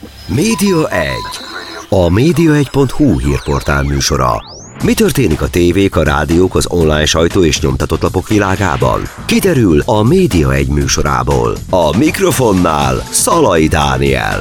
Média 1. A média1.hu hírportál műsora. Mi történik a tévék, a rádiók, az online sajtó és nyomtatott lapok világában? Kiderül a Média 1 műsorából. A mikrofonnál Szalai Dániel.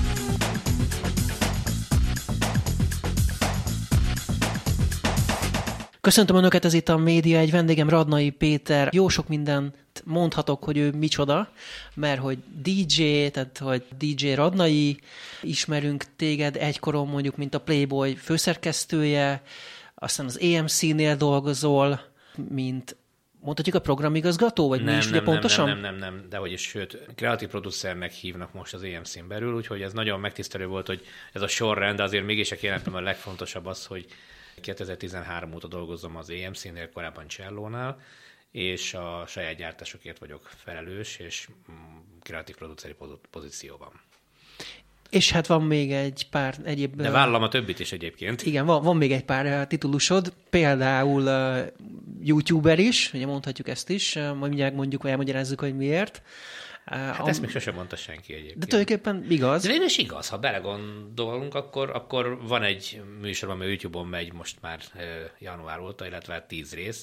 Köszöntöm Önöket, ez itt a Média 1, vendégem Radnai Péter. Jó sok mindent mondhatok, hogy ő micsoda, mert hogy DJ, tehát hogy DJ Radnai, ismerünk téged egykoron mondjuk, mint a Playboy főszerkesztője, aztán az AMC-nél dolgozol, mint mondhatjuk a programigazgató, vagy mi is ugye pontosan? Nem, dehogy is, sőt, kreatív producernek hívnak most az AMC-n belül, úgyhogy ez nagyon megtisztelő volt, hogy ez a sorrend, azért mégis kijelentem, a legfontosabb az, hogy 2013 óta dolgozom az AMC-nél, korábban Csellónál, és a saját gyártásokért vagyok felelős, és kreatív produceri pozícióban. És hát van még egy pár egyéb... De vállalom a többit is egyébként. Igen, van még egy pár titulusod, például YouTuber is, ugye mondhatjuk ezt is, majd mindjárt mondjuk, vagy elmagyarázzuk, hogy miért. Hát ezt még sosem mondta senki egyébként. De tulajdonképpen igaz. De is igaz, ha belegondolunk, akkor van egy műsor, ami YouTube-on megy most már január óta, illetve 10 rész,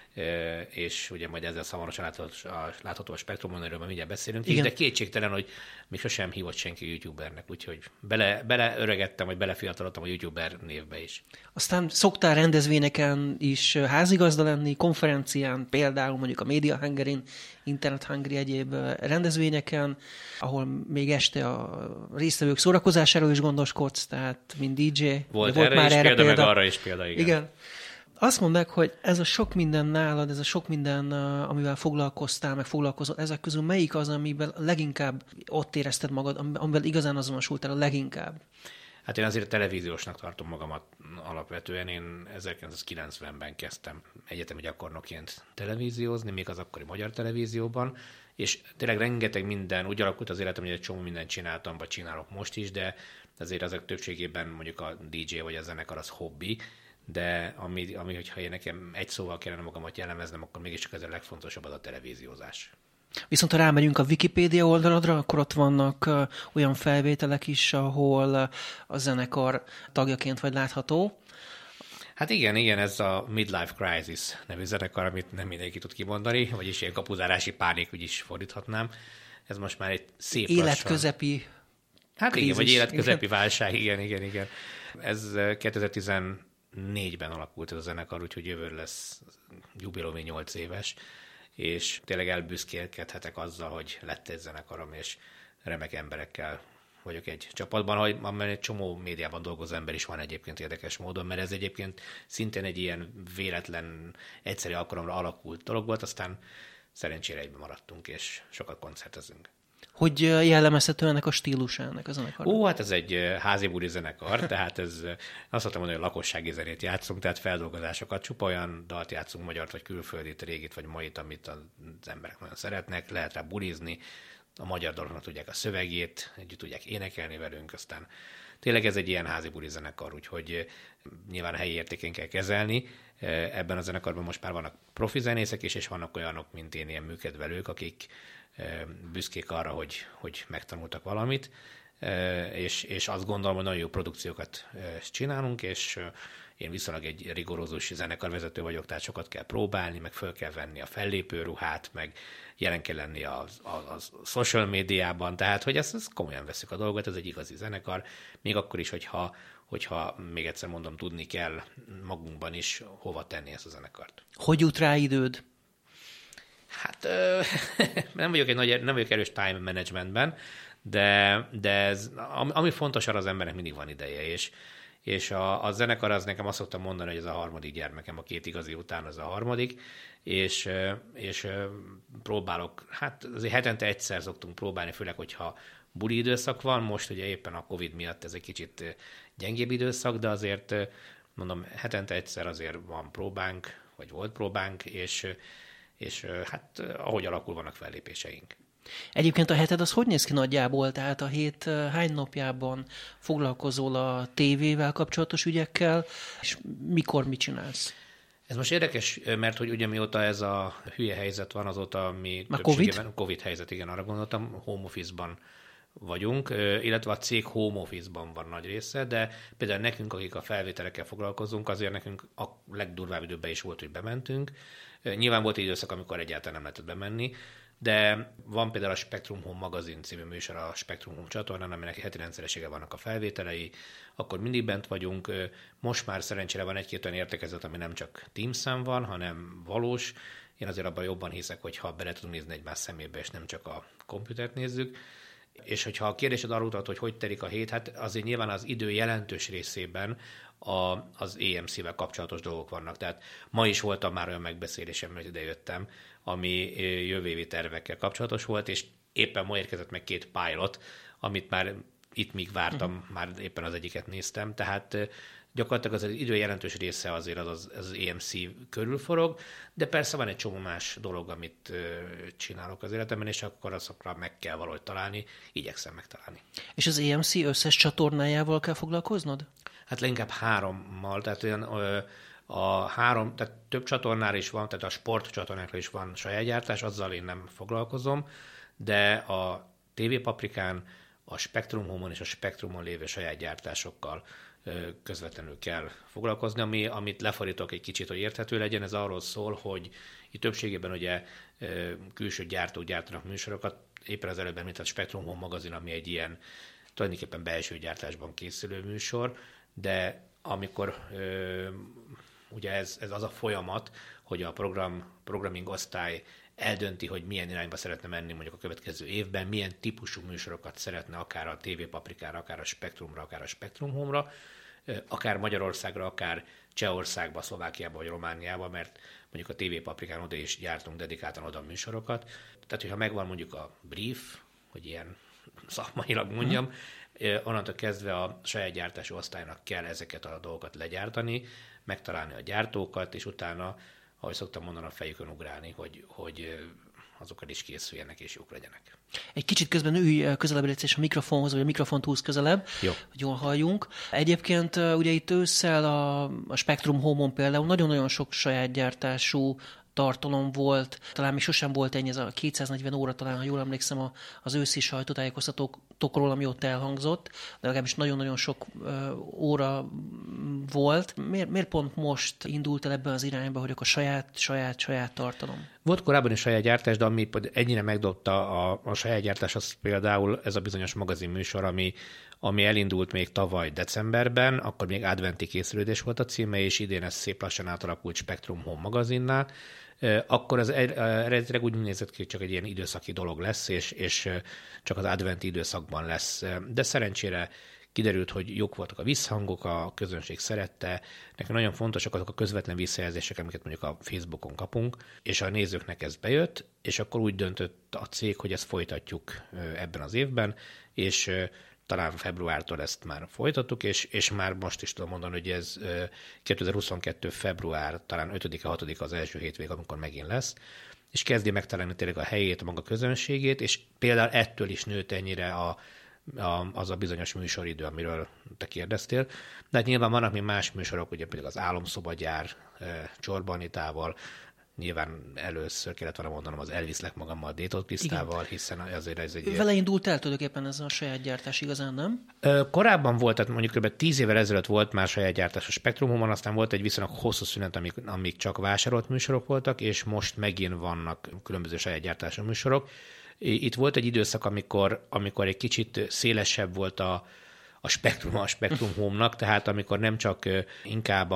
és ugye majd ezzel hamarosan látható a Spektrumon, erről mindjárt beszélünk is, de kétségtelen, hogy még sosem hívott senki YouTubernek, úgyhogy beleöregettem, vagy belefiatalodtam a YouTuber névbe is. Aztán szoktál rendezvényeken is házigazda lenni, konferencián, például mondjuk a Media Hungary, Internet Hungary egyéb rendezvényeken, ahol még este a résztvevők szórakozásáról is gondoskodsz, tehát mint DJ. Volt erre már is példa, meg arra is példa, igen. Azt mondd meg, hogy ez a sok minden nálad, ez a sok minden, amivel foglalkoztál, meg foglalkozol, ezek közül melyik az, amiben leginkább ott érezted magad, amivel igazán azonosultál a leginkább? Hát én azért televíziósnak tartom magamat alapvetően. Én 1990-ben kezdtem egyetemi gyakornokként televíziózni, még az akkori magyar televízióban, és tényleg rengeteg minden, úgy alakult az életem, hogy egy csomó mindent csináltam, vagy csinálok most is, de azért ezek többségében mondjuk a DJ vagy a zenekar az hobbi, de ami hogyha én nekem egy szóval kellene magamat jellemeznem, akkor mégiscsak ez a legfontosabb, az a televíziózás. Viszont ha rámegyünk a Wikipédia oldaladra, akkor ott vannak olyan felvételek is, ahol a zenekar tagjaként vagy látható. Hát igen, ez a Midlife Crisis nevű zenekar, amit nem mindenki tud kimondani, vagyis ilyen kapuzárási pánik, úgy is fordíthatnám. Ez most már egy szép életközepi Hát krízis. Igen, vagy életközepi válság, igen. Ez 2014-ben alakult ez a zenekar, úgyhogy jövőre lesz jubileumi 8 éves, és tényleg elbüszkélkedhetek azzal, hogy lett egy zenekarom, és remek emberekkel vagyok egy csapatban, amely egy csomó médiában dolgozó ember is van egyébként érdekes módon, mert ez egyébként szintén egy ilyen véletlen, egyszerű alkalomra alakult dolog volt, aztán szerencsére egyben maradtunk, és sokat koncertezünk. Hogy jellemezhető ennek a stílusának a zenekarnak? Hát ez egy házi buli zenekar, tehát ez azt szoktam mondani, hogy lakossági zenét játszunk, tehát feldolgozásokat, csupa olyan dalt játszunk, magyart vagy külföldit, régit vagy mait, amit az emberek nagyon szeretnek, lehet rá bulizni, a magyar daloknak tudják a szövegét, együtt tudják énekelni velünk, aztán tényleg ez egy ilyen házi buli zenekar, úgyhogy nyilván helyi értékén kell kezelni. Ebben a zenekarban most már vannak profi zenészek is, és vannak olyanok, mint én, ilyen műkedvelők, akik büszkék arra, hogy megtanultak valamit, és azt gondolom, hogy nagyon jó produkciókat csinálunk, és én viszonylag egy rigorózus zenekarvezető vagyok, tehát sokat kell próbálni, meg föl kell venni a fellépő ruhát, meg jelen kell lenni a social médiában, tehát hogy ezt komolyan veszük a dolgot, ez egy igazi zenekar, még akkor is, hogyha még egyszer mondom, tudni kell magunkban is hova tenni ezt a zenekart. Hogy jut rá időd? Hát nem vagyok erős time managementben, de ez, ami fontos, arra az embernek mindig van ideje, és a zenekar az nekem azt szoktam mondani, hogy ez a harmadik gyermekem, a 2 igazi után az a harmadik, és próbálok, hát azért hetente egyszer szoktunk próbálni, főleg, hogyha buli időszak van, most ugye éppen a Covid miatt ez egy kicsit gyengébb időszak, de azért mondom, hetente egyszer azért van próbánk, vagy volt próbánk, és hát ahogy alakul, vannak fellépéseink. Egyébként a heted az hogy néz ki nagyjából? Tehát a hét hány napjában foglalkozol a tévével kapcsolatos ügyekkel, és mikor mit csinálsz? Ez most érdekes, mert hogy ugye mióta ez a hülye helyzet van, azóta mi már többségében... Covid helyzet, igen, arra gondoltam, home office-ban vagyunk, illetve a cég home office-ban van nagy része, de például nekünk, akik a felvételekkel foglalkozunk, azért nekünk a legdurvább időben is volt, hogy bementünk. Nyilván volt egy időszak, amikor egyáltalán nem lehetett bemenni, de van például a Spektrum Home magazin című műsor a Spektrum Home csatornán, aminek heti rendszeressége vannak a felvételei, akkor mindig bent vagyunk. Most már szerencsére van egy-két olyan értekezlet, ami nem csak Teams-en van, hanem valós. Én azért abban jobban hiszek, hogyha bele tudunk nézni egymás szemébe, és nem csak a komputert nézzük. És hogyha a kérdésed arra utat, hogy telik a hét, hát azért nyilván az idő jelentős részében az EMC-vel kapcsolatos dolgok vannak. Tehát ma is voltam már olyan megbeszélésem, hogy idejöttem, ami jövő évi tervekkel kapcsolatos volt, és éppen ma érkezett meg 2 pilot, amit már itt míg vártam, már éppen az egyiket néztem, tehát gyakorlatilag az idő jelentős része azért az EMC körül forog, de persze van egy csomó más dolog, amit csinálok az életemben, és akkor azokra meg kell valahogy találni, igyekszem megtalálni. És az EMC összes csatornájával kell foglalkoznod? Hát leginkább 3-mal, tehát olyan tehát több csatornál is van, tehát a sport csatornákra is van saját gyártás, azzal én nem foglalkozom, de a TV Paprikán, a Spektrum Home-on és a Spektrumon lévő saját gyártásokkal közvetlenül kell foglalkozni, amit lefordítok egy kicsit, hogy érthető legyen. Ez arról szól, hogy itt többségében ugye külső gyártók gyártanak műsorokat, éppen az előbb említett Spektrum Home magazin, ami egy ilyen tulajdonképpen belső gyártásban készülő műsor, de amikor ugye ez az a folyamat, hogy a programming osztály eldönti, hogy milyen irányba szeretne menni mondjuk a következő évben, milyen típusú műsorokat szeretne akár a TV Paprikára, akár a Spektrumra, akár a Spektrum Home-ra, akár Magyarországra, akár Csehországba, Szlovákiába vagy Romániába, mert mondjuk a TV Paprikán oda is gyártunk dedikáltan oda műsorokat. Tehát, hogyha megvan mondjuk a brief, hogy ilyen szakmailag mondjam, onnantól kezdve a saját gyártási osztálynak kell ezeket a dolgokat legyártani, megtalálni a gyártókat, és utána, ahogy szoktam mondani, a fejükön ugrálni, hogy azokat is készüljenek és jók legyenek. Egy kicsit közben ülj közelebb és a mikrofonhoz, vagy a mikrofont húz közelebb, jó, hogy jól halljunk. Egyébként ugye itt ősszel a Spektrum Home-on például nagyon-nagyon sok saját gyártású tartalom volt, talán még sosem volt ennyi, ez a 240 óra talán, ha jól emlékszem, az őszi sajtótájékoztatókról, ami ott elhangzott, de legalábbis nagyon-nagyon sok óra volt. Miért pont most indult el ebben az irányba, hogy akkor saját tartalom? Volt korábban is saját gyártás, de ami ennyire megdobta a saját gyártás, az például ez a bizonyos magazinműsor, ami elindult még tavaly decemberben, akkor még adventi készülődés volt a címe, és idén ez szép lassan átalakult Spektrum Home magazinnál. Akkor az eredetileg úgy nézett ki, hogy csak egy ilyen időszaki dolog lesz, és csak az adventi időszakban lesz. De szerencsére kiderült, hogy jók voltak a visszhangok, a közönség szerette. Nekem nagyon fontosak azok a közvetlen visszajelzések, amiket mondjuk a Facebookon kapunk, és a nézőknek ez bejött, és akkor úgy döntött a cég, hogy ezt folytatjuk ebben az évben, és talán februártól ezt már folytattuk, és már most is tudom mondani, hogy ez 2022. február, talán 5-e, 6-a az első hétvég, amikor megint lesz, és kezdi megtalálni tényleg a helyét, a maga közönségét, és például ettől is nőtt ennyire az a bizonyos műsoridő, amiről te kérdeztél. De hát nyilván vannak még más műsorok, ugye például az Álomszobagyár Csorba Anitával, nyilván először kellett volna mondanom, az elviszlek magammal Détot Krisztával, hiszen azért ez egy... Vele indult el tulajdonképpen ez a saját gyártás igazán, nem? Korábban volt, tehát mondjuk kb. 10 évvel ezelőtt volt már saját gyártás a Spektrum Home-on, aztán volt egy viszonylag hosszú szünet, amíg csak vásárolt műsorok voltak, és most megint vannak különböző saját gyártású műsorok. Itt volt egy időszak, amikor egy kicsit szélesebb volt a Spektrum Home-nak, tehát amikor nem csak inkább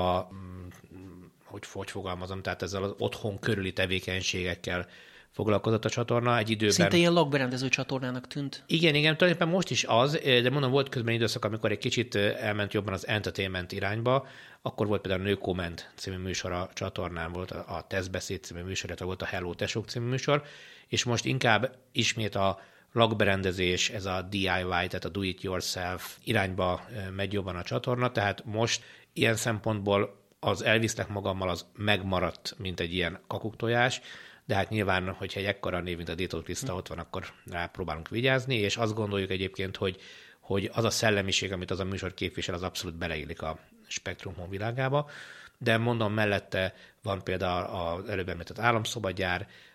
hogy fogalmazom, tehát ezzel az otthon körüli tevékenységekkel foglalkozott a csatorna egy időben. Szinte ilyen lakberendező csatornának tűnt. Igen, tulajdonképpen most is az, de mondom, volt közben időszak, amikor egy kicsit elment jobban az entertainment irányba, akkor volt például a Nőkomment című műsor a csatornán, volt a Tesztbeszéd című műsor, illetve volt a Hello Tesók című műsor, és most inkább ismét a lakberendezés, ez a DIY, tehát a do it yourself irányba megy jobban a csatorna, tehát most ilyen szempontból az elviszlek magammal az megmaradt, mint egy ilyen kakuktojás, de hát nyilván, hogyha egy ekkora név, mint a Détot Kriszta ott van, akkor rá próbálunk vigyázni, és azt gondoljuk egyébként, hogy az a szellemiség, amit az a műsor képvisel, az abszolút beleillik a Spektrum Home világába, de mondom, mellette van például az előbb említett Álomszobagyár,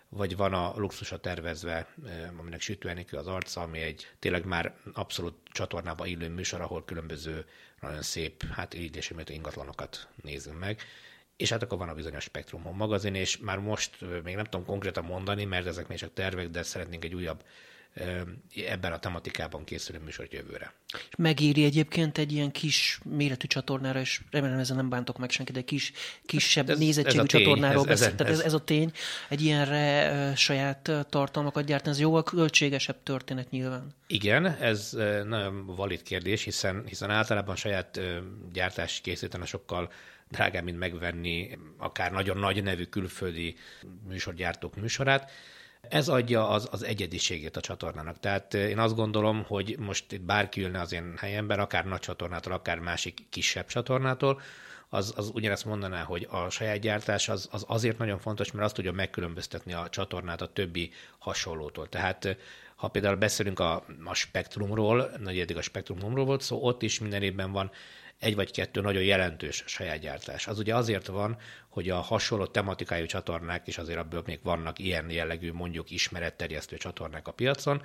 vagy van a Luxusra tervezve, aminek Sütő Enikő az arca, ami egy tényleg már abszolút csatornába illő műsor, ahol különböző nagyon szép, hát így és ingatlanokat nézünk meg. És hát akkor van a bizonyos Spektrum Home magazin, és már most még nem tudom konkrétan mondani, mert ezek még csak tervek, de szeretnénk egy újabb ebben a tematikában készülő műsort jövőre. És megéri egyébként egy ilyen kis méretű csatornára, és remélem ezzel nem bántok meg senkit, de kisebb nézettségű csatornáról beszél. Tehát ez a tény, egy ilyenre saját tartalmakat gyártani, ez jóval költségesebb történet nyilván. Igen, ez nagyon valid kérdés, hiszen általában saját gyártást készíteni sokkal drágább, mint megvenni akár nagyon nagy nevű külföldi műsorgyártók műsorát. Ez adja az egyediségét a csatornának. Tehát én azt gondolom, hogy most itt bárki ülne az én helyemben, akár nagy csatornától, akár másik kisebb csatornától, az ugyanezt mondaná, hogy a saját gyártás az azért nagyon fontos, mert azt tudja megkülönböztetni a csatornát a többi hasonlótól. Tehát ha például beszélünk a Spektrumról, nagy eddig a Spektrum Home-ról volt szó, ott is minden évben van egy vagy kettő nagyon jelentős saját gyártás. Az ugye azért van, hogy a hasonló tematikájú csatornák, és azért abból még vannak ilyen jellegű, mondjuk ismeretterjesztő csatornák a piacon,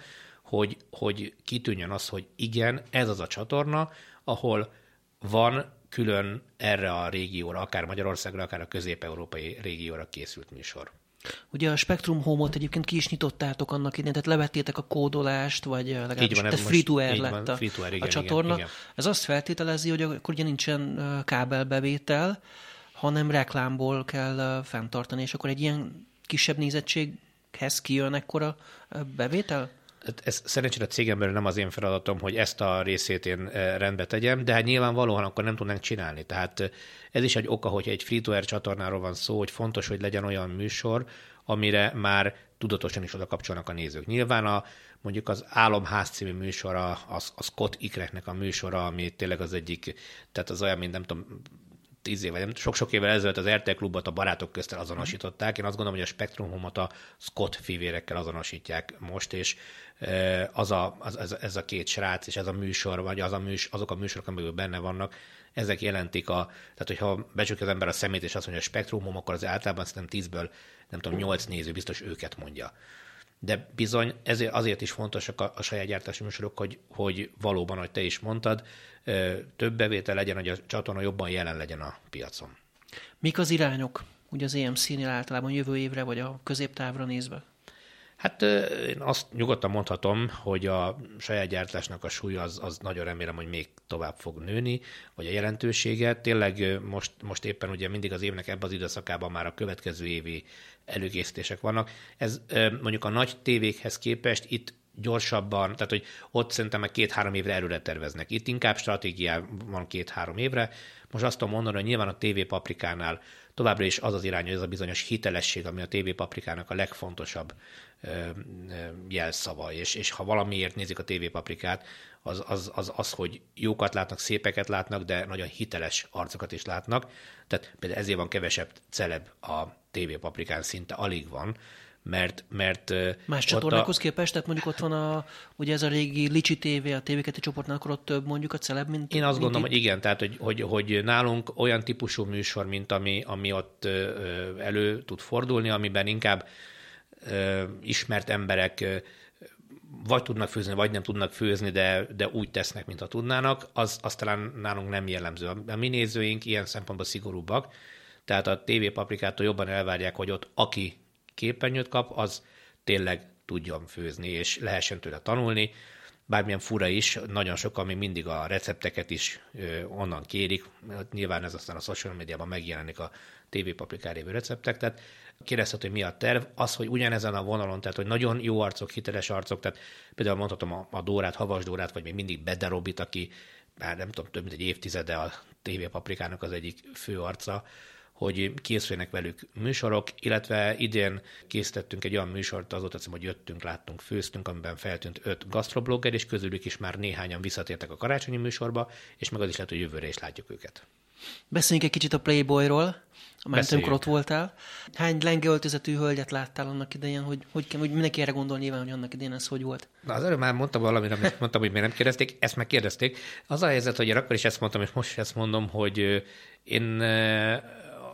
hogy kitűnjön az, hogy igen, ez az a csatorna, ahol van külön erre a régióra, akár Magyarországra, akár a közép-európai régióra készült műsor. Ugye a Spektrum Home-ot egyébként ki is nyitottátok annak idején, tehát levettétek a kódolást, vagy legalábbis tehát free-to-air lett a csatorna. Igen. Ez azt feltételezi, hogy akkor ugye nincsen kábelbevétel, hanem reklámból kell fenntartani, és akkor egy ilyen kisebb nézettséghez kijön ekkora bevétel? Ez szerencsére a cégemben nem az én feladatom, hogy ezt a részét én rendbe tegyem, de hát nyilvánvalóan akkor nem tudnánk csinálni. Tehát ez is egy oka, hogy egy free-to-air csatornáról van szó, hogy fontos, hogy legyen olyan műsor, amire már tudatosan is oda kapcsolnak a nézők. Nyilván mondjuk az Álomház című műsora, a Scott Ikreknek a műsora, ami tényleg az egyik, tehát az olyan, mint nem tudom, 10 éve, sok-sok évvel ezelőtt az RTL Klubot a barátok köztel azonosították. Én azt gondolom, hogy a Spektrum Home-ot a Scott fivérekkel azonosítják most, és ez a két srác, és ez a műsor, vagy azok a műsorok, amiből benne vannak, ezek jelentik tehát hogyha becsukja az ember a szemét, és azt mondja, hogy a Spektrum Home, akkor az általában szerintem 10-ből, nem tudom, 8 néző biztos őket mondja. De bizony azért is fontosak a saját gyártási műsorok, hogy valóban, ahogy te is mondtad, több bevétel legyen, hogy a csatorna jobban jelen legyen a piacon. Mik az irányok ugye az EMC-nél általában jövő évre, vagy a középtávra nézve? Hát én azt nyugodtan mondhatom, hogy a saját gyártásnak a súlya az nagyon remélem, hogy még tovább fog nőni, vagy a jelentősége. Tényleg most éppen ugye mindig az évnek ebben az időszakában már a következő évi előkészítések vannak. Ez mondjuk a nagy tévékhez képest itt gyorsabban, tehát hogy ott szerintem meg 2-3 évre előre terveznek. Itt inkább stratégia van 2-3 évre. Most azt tudom mondani, hogy nyilván a TV Paprikánál továbbra is az irány, hogy ez a bizonyos hitelesség, ami a TV Paprikának a legfontosabb jelszava, és ha valamiért nézik a TV Paprikát, az, hogy jókat látnak, szépeket látnak, de nagyon hiteles arcokat is látnak. Tehát például ezért van kevesebb celeb a TV Paprikán, szinte alig van, mert más csatornákhoz képest, tehát mondjuk ott van ugye ez a régi Licsi TV, a TV2 csoportnál, akkor ott több mondjuk a celeb, mint én azt gondolom, hogy igen, tehát hogy nálunk olyan típusú műsor, mint ami ott elő tud fordulni, amiben inkább ismert emberek vagy tudnak főzni, vagy nem tudnak főzni, de úgy tesznek, mintha tudnának, az talán nálunk nem jellemző. A mi nézőink ilyen szempontból szigorúbbak, tehát a TV Paprikától jobban elvárják, hogy ott aki képernyőt kap, az tényleg tudjon főzni, és lehessen tőle tanulni. Bármilyen fura is, nagyon sokan még mindig a recepteket is onnan kérik. Nyilván ez aztán a social médiában megjelenik a TV Paprikán lévő receptek, tehát kérdezhető, hogy mi a terv. Az, hogy ugyanezen a vonalon, tehát hogy nagyon jó arcok, hiteles arcok, tehát például mondhatom a Dórát, Havas Dórát, vagy még mindig Bede Robit, aki már nem tudom, több mint egy évtizede a TV Paprikának az egyik fő arca, hogy készüljenek velük műsorok, illetve idén készítettünk egy olyan műsort, azóta hiszem, hogy jöttünk, láttunk, főztünk, amiben feltűnt 5 gasztroblogger, és közülük is már néhányan visszatértek a karácsonyi műsorba, és meg az is lehet, hogy jövőre is látjuk őket. Beszéljünk egy kicsit a Playboyról, amelyet amikor ott voltál. Hány lengeöltözetű hölgyet láttál annak idején, hogy mindenki erre gondol nyilván, hogy annak idején ez hogy volt? Na, az előbb már mondtam valamit, amit mondtam, hogy miért nem kérdezték, ezt meg kérdezték. Az a helyzet, hogy én akkor is ezt mondtam, és most is ezt mondom, hogy én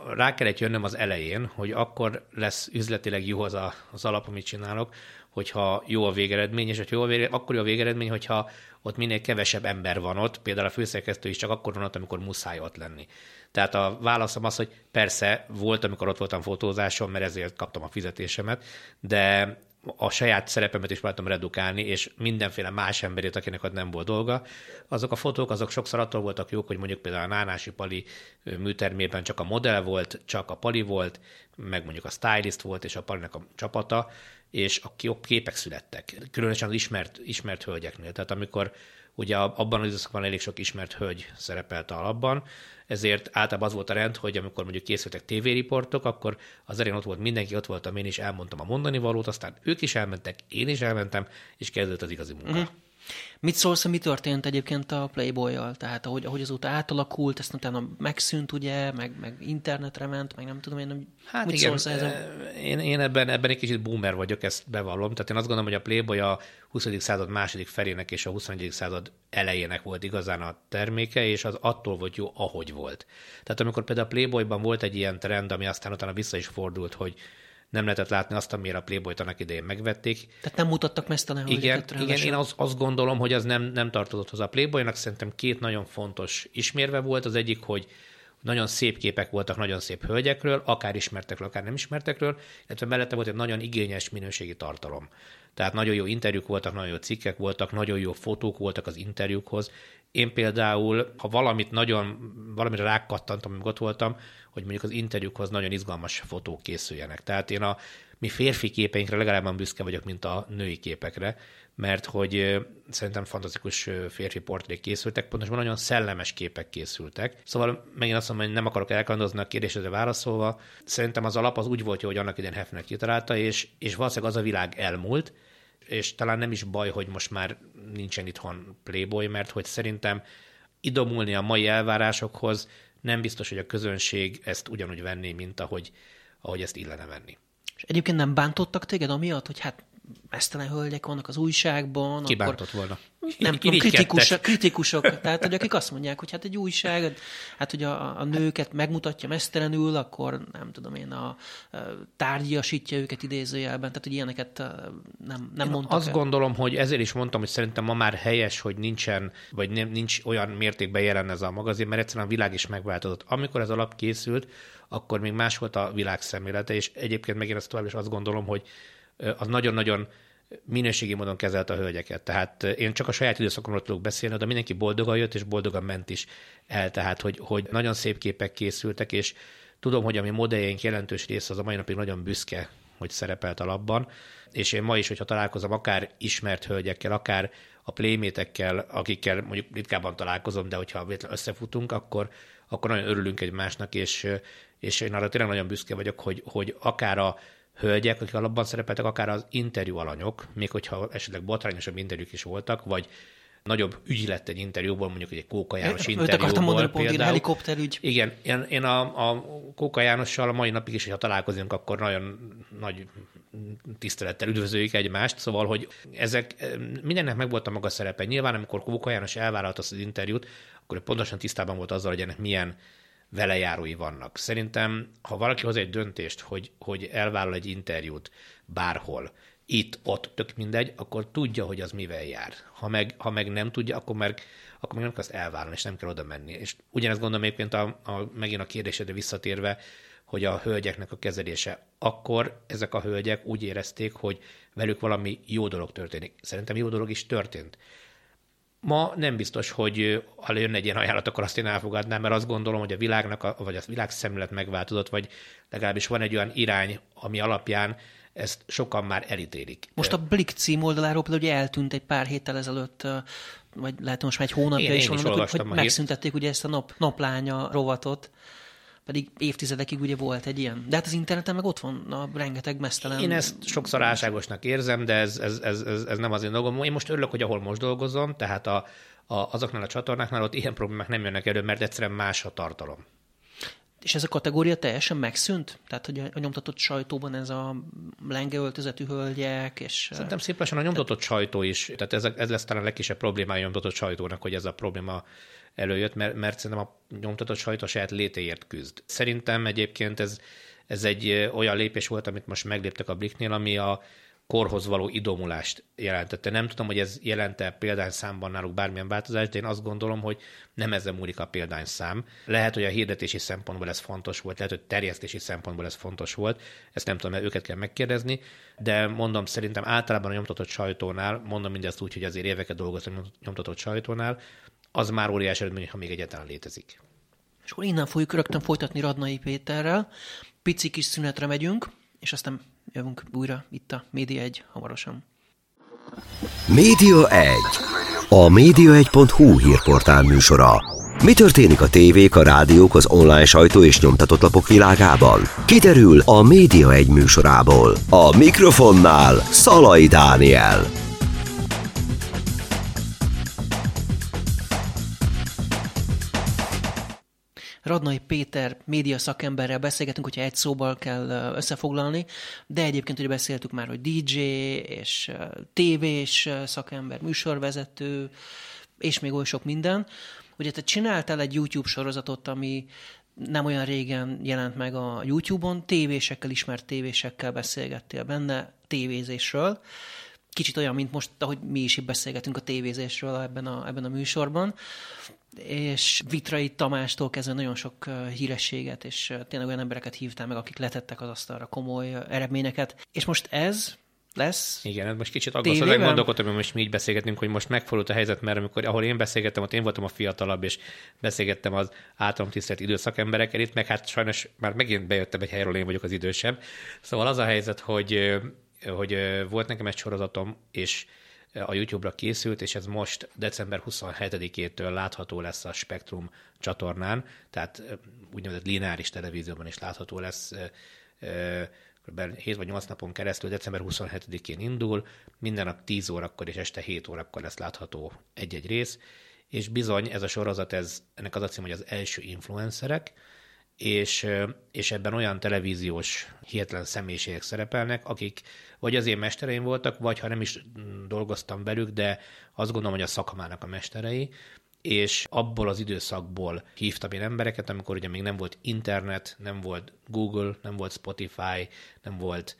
rá kellett jönnöm az elején, hogy akkor lesz üzletileg jó az alap, amit csinálok, hogyha jó a végeredmény, és hogyha akkor jó a végeredmény, hogyha ott minél kevesebb ember van ott, például a főszerkesztő is csak akkor van ott, amikor muszáj ott lenni. Tehát a válaszom az, hogy persze volt, amikor ott voltam fotózáson, mert ezért kaptam a fizetésemet, de a saját szerepemet is próbáltam redukálni, és mindenféle más emberét, akinek ott nem volt dolga. Azok a fotók, azok sokszor attól voltak jók, hogy mondjuk például a Nánási Pali műtermében csak a modell volt, csak a Pali volt, meg mondjuk a stylist volt, és a Palinak a csapata, és a képek születtek. Különösen az ismert hölgyeknél. Tehát amikor ugye abban az időszakban elég sok ismert hölgy szerepelt a alapban, ezért általában az volt a rend, hogy amikor mondjuk készültek tévériportok, akkor az elején ott volt mindenki, ott voltam én is, elmondtam a mondani valót, aztán ők is elmentek, én is elmentem, és kezdődött az igazi munka. Uh-huh. Mit szólsz, mi történt egyébként a Playboy-jal? Tehát ahogy azóta átalakult, ezt utána megszűnt, ugye, meg internetre ment, meg nem tudom én, hát mit igen, szólsz én ebben egy kicsit boomer vagyok, ezt bevallom. Tehát én azt gondolom, hogy a Playboy a 20. század második felének és a 21. század elejének volt igazán a terméke, és az attól volt jó, ahogy volt. Tehát amikor például a Playboyban volt egy ilyen trend, ami aztán utána vissza is fordult, hogy nem lehetett látni azt, amire a Playboyt annak idején megvették. Tehát nem mutattak mesztelen hölgyeket. Igen, én azt gondolom, hogy az nem tartozott hozzá a Playboynak. Szerintem két nagyon fontos ismérve volt. Az egyik, hogy nagyon szép képek voltak nagyon szép hölgyekről, akár ismertekről, akár nem ismertekről, illetve mellette volt egy nagyon igényes minőségi tartalom. Tehát nagyon jó interjúk voltak, nagyon jó cikkek voltak, nagyon jó fotók voltak az interjúkhoz. Én például, ha valamire rákattantam, amikor ott voltam, hogy mondjuk az interjúkhoz nagyon izgalmas fotók készüljenek. Tehát mi férfi képeinkre legalább olyan büszke vagyok, mint a női képekre, mert hogy szerintem fantasztikus férfi portrék készültek, pontosan nagyon szellemes képek készültek. Szóval megint azt mondom, hogy nem akarok elkandozni a kérdésre válaszolva. Szerintem az alap az úgy volt jó, hogy annak idején Hefner kitalálta, és valószínűleg az a világ elmúlt, és talán nem is baj, hogy most már nincsen itthon Playboy, mert hogy szerintem idomulni a mai elvárásokhoz nem biztos, hogy a közönség ezt ugyanúgy venné, mint ahogy ezt illene venni. És egyébként nem bántottak téged amiatt, hogy hát mesztelen hölgyek vannak az újságban? Ki bántott volna? Nem tudom, kritikusok. Tehát, hogy akik azt mondják, hogy hát egy újság, hát hogy a nőket megmutatja mesztelenül, akkor nem tudom én, tárgyasítja őket idézőjelben, tehát hogy ilyeneket nem mondtak azt gondolom, hogy ezért is mondtam, hogy szerintem ma már helyes, hogy nincsen, vagy nincs olyan mértékben jelen ez a magazin, mert egyszerűen a világ is megváltozott. Amikor ez alap készült, akkor még más volt a világ szemlélete, és egyébként megint azt tovább is azt gondolom, hogy az nagyon-nagyon minőségi módon kezelte a hölgyeket. Tehát én csak a saját időszakomról tudok beszélni, de mindenki boldogan jött, és boldogan ment is el. Tehát, hogy nagyon szép képek készültek, és tudom, hogy a mi modelljeink jelentős része az a mai napig nagyon büszke, hogy szerepelt a lapban, és én ma is, hogyha találkozom akár ismert hölgyekkel, akár a playmétekkel, akikkel mondjuk ritkábban találkozom, de hogyha összefutunk, akkor nagyon örülünk egymásnak, és én arra tényleg nagyon büszke vagyok, hogy akár a hölgyek, akik alapban szerepeltek, akár az interjú alanyok, még hogyha esetleg botrányosabb interjúk is voltak, vagy nagyobb ügy lett egy interjúból, mondjuk egy Kóka János interjúból például. Helikopterügy. Igen, én a Kóka Jánossal a mai napig is, hogyha találkozunk, akkor nagyon nagy tisztelettel üdvözöljük egymást, szóval, hogy ezek mindennek megvolt a maga szerepe. Nyilván, amikor Kóka János elvállalta azt az interjút, akkor pontosan tisztában volt azzal, hogy ennek milyen velejárói vannak. Szerintem, ha valaki hoz egy döntést, hogy elvállal egy interjút bárhol, itt, ott, tök mindegy, akkor tudja, hogy az mivel jár. Ha meg nem tudja, akkor meg nem kell azt elvállalni, és nem kell oda menni. És ugyanezt gondolom egyébként megint a kérdésedre visszatérve, hogy a hölgyeknek a kezelése. Akkor ezek a hölgyek úgy érezték, hogy velük valami jó dolog történik. Szerintem jó dolog is történt. Ma nem biztos, hogy ha jönne egy ilyen ajánlat, akkor azt én elfogadnám, mert azt gondolom, hogy a világnak, vagy a világszemlélet megváltozott, vagy legalábbis van egy olyan irány, ami alapján ezt sokan már elítélik. Most a Blick cím oldaláról például ugye eltűnt egy pár héttel ezelőtt, vagy lehet most már egy hónapja is vannak, hogy megszüntették ugye ezt a naplánya rovatot, pedig évtizedekig ugye volt egy ilyen. De hát az interneten meg ott van a rengeteg mesztelen. Én ezt sokszor álságosnak érzem, de ez nem az én dolgom. Én most örülök, hogy ahol most dolgozom, tehát azoknál a csatornáknál ott ilyen problémák nem jönnek elő, mert egyszerűen más a tartalom. És ez a kategória teljesen megszűnt? Tehát, hogy a nyomtatott sajtóban ez a lengeöltözetű hölgyek, és... Szerintem szép lassan a nyomtatott sajtó is, tehát ez lesz talán a legkisebb problémája a nyomtatott sajtónak, hogy ez a probléma előjött, mert szerintem a nyomtatott sajtó saját létéért küzd. Szerintem egyébként ez egy olyan lépés volt, amit most megléptek a Blicknél, ami a korhoz való idomulást jelentette. Nem tudom, hogy ez jelente példányszámban náluk bármilyen változást, de én azt gondolom, hogy nem ezzel múlik a példányszám. Lehet, hogy a hirdetési szempontból ez fontos volt, lehet, hogy terjesztési szempontból ez fontos volt. Ezt nem tudom, mert őket kell megkérdezni, de mondom, szerintem általában a nyomtatott sajtónál, mondom mindezt úgy, hogy azért éveket dolgoztam a nyomtatott sajtónál, az már óriási eredmény, ha még egyáltalán létezik. És akkor innen fogjuk rögtön folytatni Radnai Péterrel. Pici kis szünetre megyünk, és aztán jövünk újra itt a Média 1 hamarosan. Média 1. A média1.hu hírportál műsora. Mi történik a tévék, a rádiók, az online sajtó és nyomtatott lapok világában? Kiderül a Média 1 műsorából. A mikrofonnál Szalai Dániel. Radnai Péter média szakemberrel beszélgetünk, hogyha egy szóval kell összefoglalni, de egyébként ugye beszéltük már, hogy DJ és tévés szakember, műsorvezető, és még oly sok minden. Ugye te csináltál egy YouTube sorozatot, ami nem olyan régen jelent meg a YouTube-on, tévésekkel, ismert tévésekkel beszélgettél benne, tévézésről. Kicsit olyan, mint most, ahogy mi is itt beszélgetünk a tévézésről ebben a műsorban. És Vitrai Tamástól kezdve nagyon sok hírességet, és tényleg olyan embereket hívtál meg, akik letettek az asztalra komoly eredményeket. És most ez lesz. Igen, ez most kicsit aggasztó, hogy gondolkodtam, hogy most mi így beszélgetünk, hogy most megfordult a helyzet, mert amikor, ahol én beszélgettem, ott én voltam a fiatalabb, és beszélgettem az általam tisztelt időszakemberekkel, itt meg hát sajnos már megint bejöttem egy helyről, én vagyok az idősebb. Szóval az a helyzet, hogy volt nekem egy sorozatom, és a YouTube-ra készült, és ez most december 27-től látható lesz a Spektrum csatornán, tehát úgynevezett lineáris televízióban is látható lesz, kb. 7 vagy 8 napon keresztül, december 27-én indul, minden nap 10 órakor és este 7 órakor lesz látható egy-egy rész, és bizony ez a sorozat, ennek az a cím, hogy az első influencerek, és ebben olyan televíziós hihetetlen személyiségek szerepelnek, akik vagy az én mestereim voltak, vagy ha nem is dolgoztam velük, de azt gondolom, hogy a szakmának a mesterei, és abból az időszakból hívtam én embereket, amikor ugye még nem volt internet, nem volt Google, nem volt Spotify, nem volt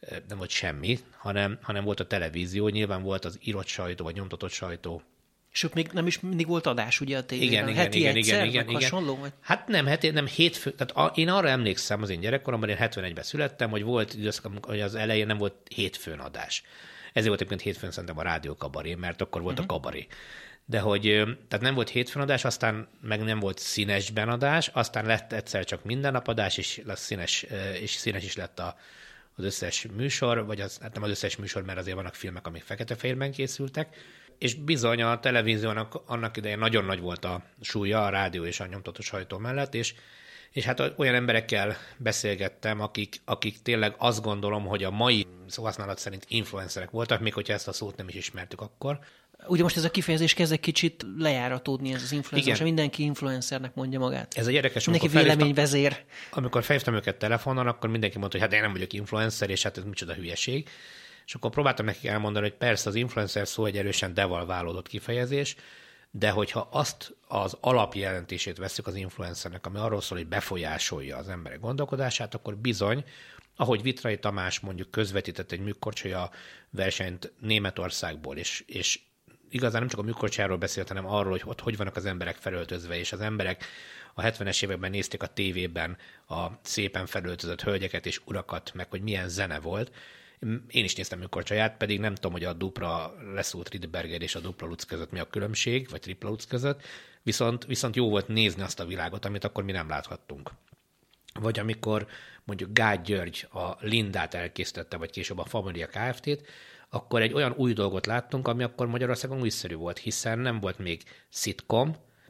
semmi, hanem volt a televízió, nyilván volt az írott sajtó, vagy nyomtatott sajtó. És ott még nem is mindig volt adás, ugye a tévében? Igen. Hasonló? Vagy? Hát nem hétfő. Tehát én arra emlékszem az én gyerekkoromban, én 71-ben születtem, hogy volt időszak, hogy az elején nem volt hétfőn adás. Ezért volt egyébként hétfőn szerintem a rádió kabaré, mert akkor volt a kabaré. De hogy, tehát nem volt hétfőn adás, aztán meg nem volt színesben adás, aztán lett egyszer csak minden nap adás, és lesz színes is lett az összes műsor, vagy hát nem az összes műsor, mert azért vannak filmek, amik fekete-fehérben készültek, és bizony a televíziónak annak idején nagyon nagy volt a súlya a rádió és a nyomtatott sajtó mellett, és hát olyan emberekkel beszélgettem, akik tényleg azt gondolom, hogy a mai szóhasználat szerint influencerek voltak, még hogyha ezt a szót nem is ismertük akkor. Ugye most ez a kifejezés kezd egy kicsit lejáratódni, ez az influencer, és mindenki influencernek mondja magát. Ez a érdekes, mindenki véleményvezér. Amikor felhívtam őket telefonon, akkor mindenki mondta, hogy hát én nem vagyok influencer, és hát ez micsoda hülyeség. És akkor próbáltam nekik elmondani, hogy persze az influencer szó egy erősen devalválódott kifejezés, de hogyha azt az alapjelentését vesszük az influencernek, ami arról szól, hogy befolyásolja az emberek gondolkodását, akkor bizony, ahogy Vitrai Tamás mondjuk közvetített egy műkorcsolya versenyt Németországból, és igazán nem csak a műkorcsolyáról beszélt, hanem arról, hogy ott hogy vannak az emberek felöltözve, és az emberek a 70-es években nézték a tévében a szépen felöltözött hölgyeket és urakat, meg hogy milyen zene volt. Én is néztem műkorcsolyát, pedig nem tudom, hogy a dupla leszúrt Rydberger és a dupla Lutz között mi a különbség, vagy tripla Lutz között, viszont jó volt nézni azt a világot, amit akkor mi nem láthattunk. Vagy amikor mondjuk Gágy György a Lindát elkészítette, vagy később a Familia Kft-t, akkor egy olyan új dolgot láttunk, ami akkor Magyarországon újszerű volt, hiszen nem volt még szitkom,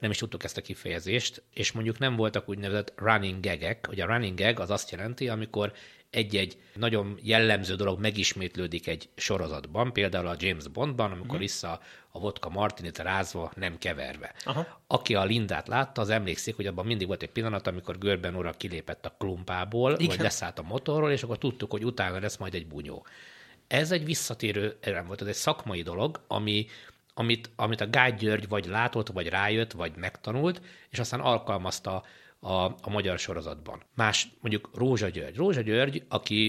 nem is tudtuk ezt a kifejezést, és mondjuk nem voltak úgynevezett running gagek, hogy a running gag az azt jelenti, amikor egy-egy nagyon jellemző dolog megismétlődik egy sorozatban, például a James Bondban, amikor vissza a vodka martinit rázva, nem keverve. Aha. Aki a Lindát látta, az emlékszik, hogy abban mindig volt egy pillanat, amikor Görben ura kilépett a klumpából, vagy leszállt a motorról, és akkor tudtuk, hogy utána lesz majd egy bunyó. Ez egy visszatérő elem volt, ez egy szakmai dolog, amit a Gágy György vagy látott, vagy rájött, vagy megtanult, és aztán alkalmazta a magyar sorozatban. Más, mondjuk Rózsa György. Rózsa György,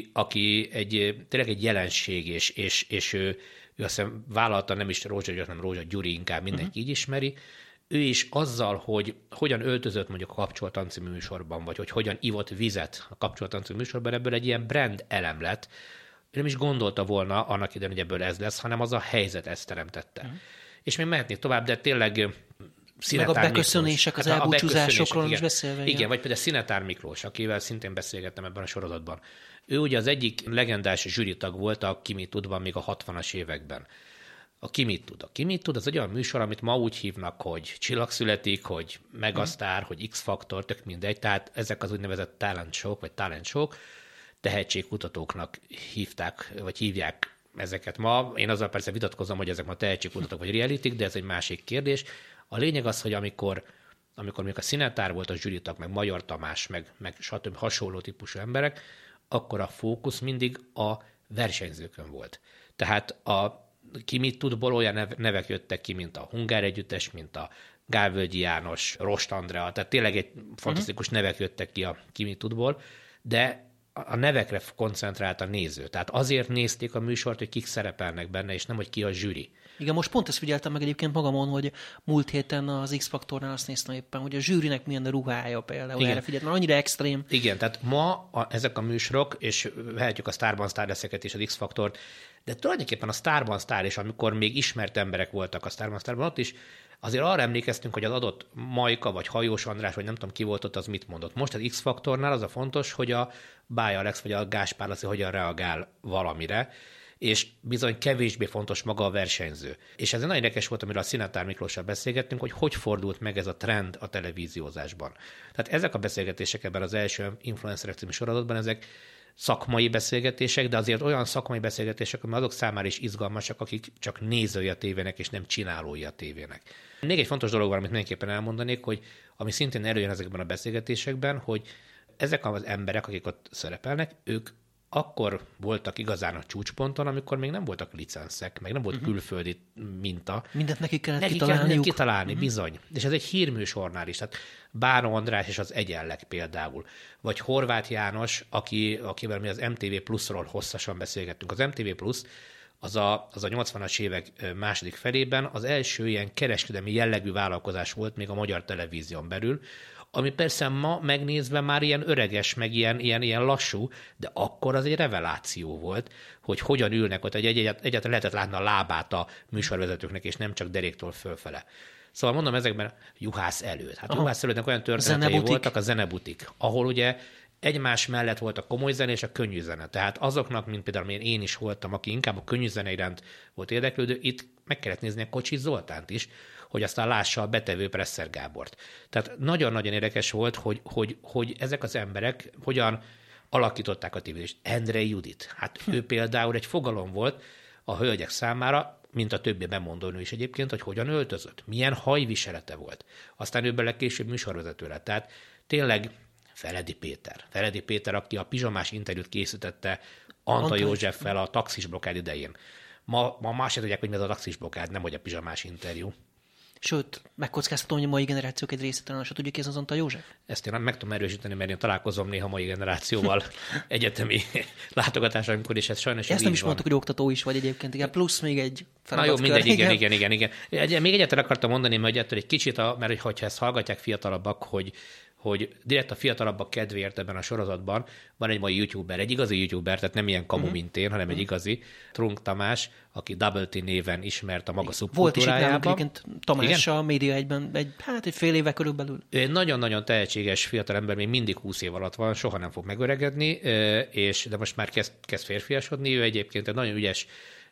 aki tényleg egy jelenség, és ő azt hiszem vállalta, nem is Rózsa György, hanem Rózsa Gyuri, inkább mindenki így ismeri. Ő is azzal, hogy hogyan öltözött mondjuk a Kapcsolatlan című műsorban, vagy hogy hogyan ivott vizet a Kapcsolatlan című műsorban, ebből egy ilyen brand elem lett. Ő nem is gondolta volna annak idején, hogy ebből ez lesz, hanem az a helyzet ezt teremtette. És még mehetnék tovább, de tényleg meg a beköszönések, az elbúcsúzásokról is beszélve. Igen, vagy például Szinetár Miklós, akivel szintén beszélgettem ebben a sorozatban. Ő ugye az egyik legendás zsűritag volt a Ki mit tudban még a 60-as években. A Ki mit tud? A Ki mit tud az egy olyan műsor, amit ma úgy hívnak, hogy Csillag születik, hogy Megasztár, hogy X-faktor, tök mindegy. Tehát ezek az úgynevezett talent show-k, vagy talent show-k, tehetségkutatóknak hívták, vagy hívják ezeket ma. Én azzal persze vitatkozom, hogy ezek ma tehetségkutatók vagy realitik, de ez egy másik kérdés. A lényeg az, hogy amikor még a Szinetár volt a zsűritag, meg Magyar Tamás, meg stb. Hasonló típusú emberek, akkor a fókusz mindig a versenyzőkön volt. Tehát a Ki mit tudból olyan nevek jöttek ki, mint a Hungár Együttes, mint a Gálvölgyi János, Rost Andrea, tehát tényleg egy fantasztikus nevek jöttek ki a Ki mit tudból, de a nevekre koncentrált a néző. Tehát azért nézték a műsort, hogy kik szerepelnek benne, és nem, hogy ki a zsűri. Igen, most pont ezt figyeltem meg egyébként magamon, hogy múlt héten az X-faktornál azt néztem éppen, hogy a zsűrinek milyen a ruhája például. Igen. Erre figyelt, mert annyira extrém. Igen, tehát ma ezek a műsorok, és vehetjük a Sztárban Sztár leszeket és az X-faktort, de tulajdonképpen a Sztárban Sztár, és amikor még ismert emberek voltak a Sztárban Sztárban, ott is azért arra emlékeztünk, hogy az adott Majka, vagy Hajós András, vagy nem tudom ki volt ott, az mit mondott. Most az X-faktornál az a fontos, hogy a Báj Alex, vagy a Gáspár Laci hogyan reagál valamire, és bizony kevésbé fontos maga a versenyző. És ez nagyon érdekes volt, amiről a Szinetár Miklóssal beszélgettünk, hogy fordult meg ez a trend a televíziózásban. Tehát ezek a beszélgetések ebben az első Influencerek című sorozatban, ezek szakmai beszélgetések, de azért olyan szakmai beszélgetések, ami azok számára is izgalmasak, akik csak nézői a tévének, és nem csinálói a tévének. Még egy fontos dolog van, amit mindenképpen elmondanék, hogy ami szintén előjön ezekben a beszélgetésekben, hogy ezek az emberek, akik ott szerepelnek, ők akkor voltak igazán a csúcsponton, amikor még nem voltak licenszek, meg nem volt külföldi minta. Mindent nekik kellett kitalálni, bizony. És ez egy hírműsornál is. Tehát Bánó András és az Egyenlek például. Vagy Horváth János, akivel mi az MTV Plus-ról hosszasan beszélgettünk. Az MTV Plus az a 80-as évek második felében az első ilyen kereskedelmi jellegű vállalkozás volt még a magyar televízión belül, ami persze ma megnézve már ilyen öreges, meg ilyen lassú, de akkor az egy reveláció volt, hogy hogyan ülnek ott, hogy egyáltalán lehetett látni a lábát a műsorvezetőknek, és nem csak deréktől fölfele. Szóval mondom, ezekben Juhász előtt. Hát Juhász előttnek olyan történetei voltak, a Zenebutik, ahol ugye egymás mellett volt a komoly zene és a könnyű zene. Tehát azoknak, mint például én is voltam, aki inkább a könnyű zene iránt volt érdeklődő, itt meg kellett nézni a Kocsis Zoltánt is, hogy aztán lássa a betevő Presser Gábort. Tehát nagyon-nagyon érdekes volt, hogy ezek az emberek hogyan alakították a tévést. Endrei Judit, hát ő például egy fogalom volt a hölgyek számára, mint a többi bemondónő is egyébként, hogy hogyan öltözött, milyen hajviselete volt. Aztán ő bele később műsorvezető lett. Tehát tényleg Feledi Péter, aki a pizsamás interjút készítette Antal Józseffel a taxis blokkád idején. Ma már se tudják, hogy mi az a taxis blokkád, nem hogy a pizsamás interjú. Sőt, megkockáztatom, hogy a mai generációk egy része talán se tudja, ki ez az Antal József. Ezt én meg tudom erősíteni, mert én találkozom néha mai generációval egyetemi látogatásaimkor, és ez sajnos ezt nem is mondtuk, hogy oktató is vagy egyébként, igen, plusz még egy feladatkör. Na jó, mindegy, igen. Még egyetlen akartam mondani, hogy ettől egy kicsit, mert hogyha ezt hallgatják fiatalabbak, hogy direkt a fiatalabbak kedvéért ebben a sorozatban van egy mai youtuber, egy igazi youtuber, tehát nem ilyen kamu, mint én, hanem egy igazi, Trunk Tamás, aki Double T néven ismert a maga szubkultúrájában. Volt is itt nálunk Tamás a Média egyben, egy fél éve körülbelül. Ő egy nagyon-nagyon tehetséges fiatalember, még mindig 20 év alatt van, soha nem fog megöregedni, de most már kezd férfiasodni. Ő egyébként egy nagyon ügyes